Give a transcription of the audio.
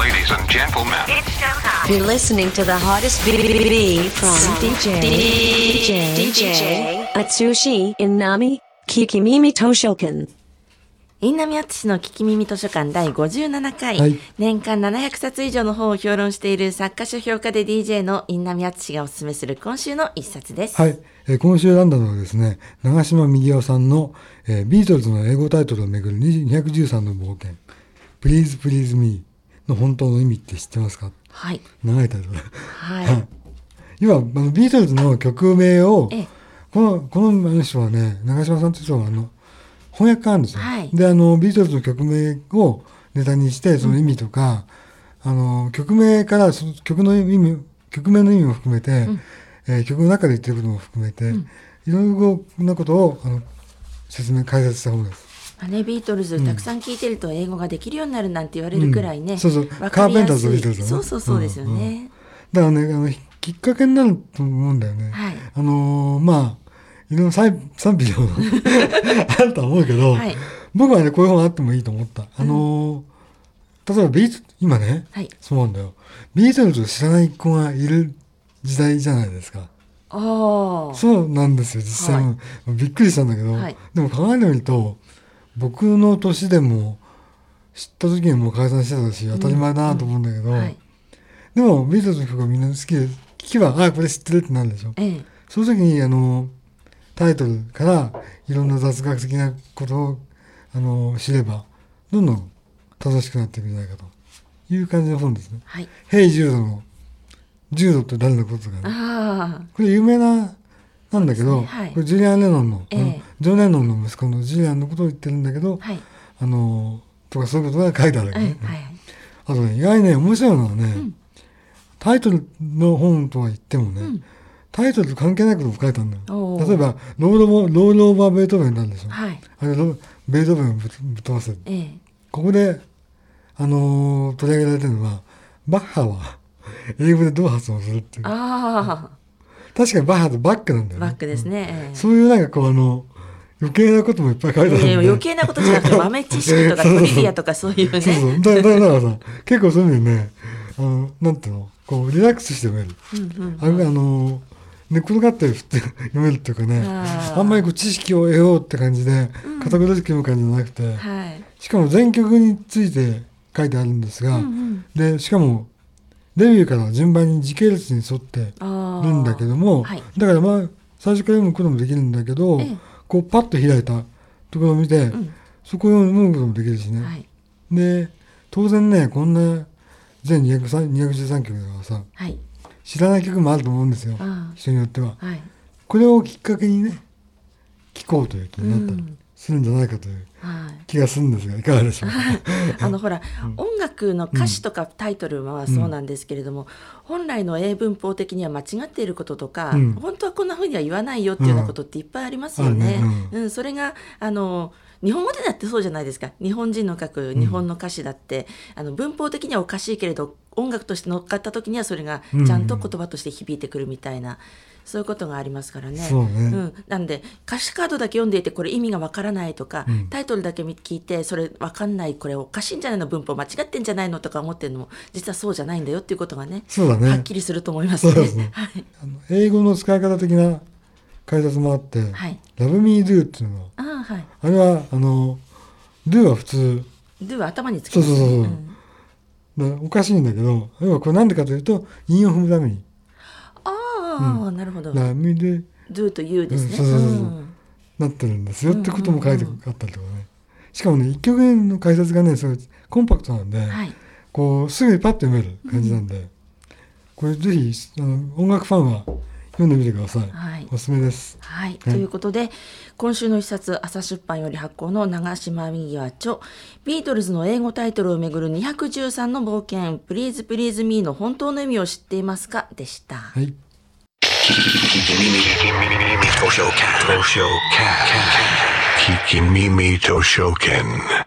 Ladies and gentlemen, It's showtime. You're listening to the hottest BBB from DJ Atsushi Inami Kikimimi Toshokan。 インナミアツシの聞き耳図書館第57回、 はい、 年間700冊以上の本を評論している作家書評家で DJ のインナミアツシがおすすめする今週の一冊です。 はい、今週選んだのはですね、長島みぎおさんの、ビートルズの英語タイトルをめぐる213の冒険 Please Please Me の本当の意味って知ってますか？ はい。 長いタイトル。 はい。 今ビートルズの曲名をこの人はね、長島さんという人は翻訳家なんですよ。 はい、 でビートルズの曲名をネタにしてその意味とか、曲名からその曲名の意味も含めて、曲の中で言ってることも含めて、いろいろなことを解説した本です。 ビートルズたくさん聴いてると英語ができるようになるなんて言われるくらいね、 そうそうカーペンターズとビートルズね、そうですよね、 だからねきっかけになると思うんだよね。 はい、 いろんな賛否両論あるとは思うけど、はい、僕はねこういう本あってもいいと思った。例えば今ね、はい、そうなんだよ、ビートルズを知らない子がいる時代じゃないですか。そうなんですよ実際、はい、びっくりしたんだけど、はい、でも考えてみると僕の年でも知った時にもう解散してたし当たり前だなと思うんだけど、はい、でもビートルズの曲がみんな好きで聴けばこれ知ってるってなるでしょ、その時にタイトルからいろんな雑学的なことを知ればどんどん楽しくなっていくんじゃないかという感じの本ですね。はい、ヘイジュードのジュードって誰のことかね、これ有名なんだけど、はい、これジュリアン・レノンの、ジョン・レノンの息子のジュリアンのことを言ってるんだけど、はい、とかそういうことが書いてあるわけね、あとね意外にね面白いのはね、タイトルの本とは言ってもね、タイトルと関係ないことも書いてあるんだよ。例えばロール・オーバー・ベートーベンなんでしょ、はい、あれベートーベンをぶっ飛ばせる、ここで、取り上げられてるのはバッハは英語でどう発音するっていう。確かにバッハとバックなんだよね。 バックですね、 そういうなんかこう余計なこともいっぱい書いてあるんで、 余計なことじゃなくて豆知識とかトリビアとかそういうね。 そうだからさ結構そういうのねなんていうのこうリラックスして読める、寝転がって読めるっていうかね、あんまりこう知識を得ようって感じで堅苦しく読む感じじゃなくて、しかも全曲について書いてあるんですが、でしかもデビューから順番に時系列に沿ってるんだけども、だから最初から読むこともできるんだけど、こうパッと開いたところを見て、そこを読むこともできるしね、で当然ねこんな全213曲ではさ、知らない曲もあると思うんですよ、人によっては、これをきっかけにね聴こうという気になったりするんじゃないかという気がするんですが、いかがでしょうか。 ほら、音楽の歌詞とかタイトルはそうなんですけれども、本来の英文法的には間違っていることとか、本当はこんな風には言わないよっていうようなことっていっぱいありますよね。それが日本語でだってそうじゃないですか。日本人の書く日本の歌詞だって、文法的にはおかしいけれど音楽として乗っかった時にはそれがちゃんと言葉として響いてくるみたいな、そういうことがありますからね。なんで歌詞カードだけ読んでいてこれ意味がわからないとか、タイトルだけ聞いてそれわかんない、これおかしいんじゃないの、文法間違ってんじゃないのとか思ってるのも実はそうじゃないんだよっていうことがね、はっきりすると思いますね。 英語の使い方的な解説もあって、Love Me Do っていうのは、あれはDo は普通 Do は頭につけますね。 おかしいんだけど、要はこれなんでかというと韻を踏むために。 なるほど。 Love Me Do と You ですね。 なってるんですよってことも書いてあったりとかね。しかもね1曲目の解説がねすごいコンパクトなんで、こうすぐにパッと読める感じなんで、これぜひ音楽ファンは読んでみてください。おすすめです。 ということで今週の一冊、朝出版より発行の長島みぎわ著ビートルズの英語タイトルをめぐる213の冒険 Please Please Me の本当の意味を知っていますかでした。 Kikimimi Toshoken.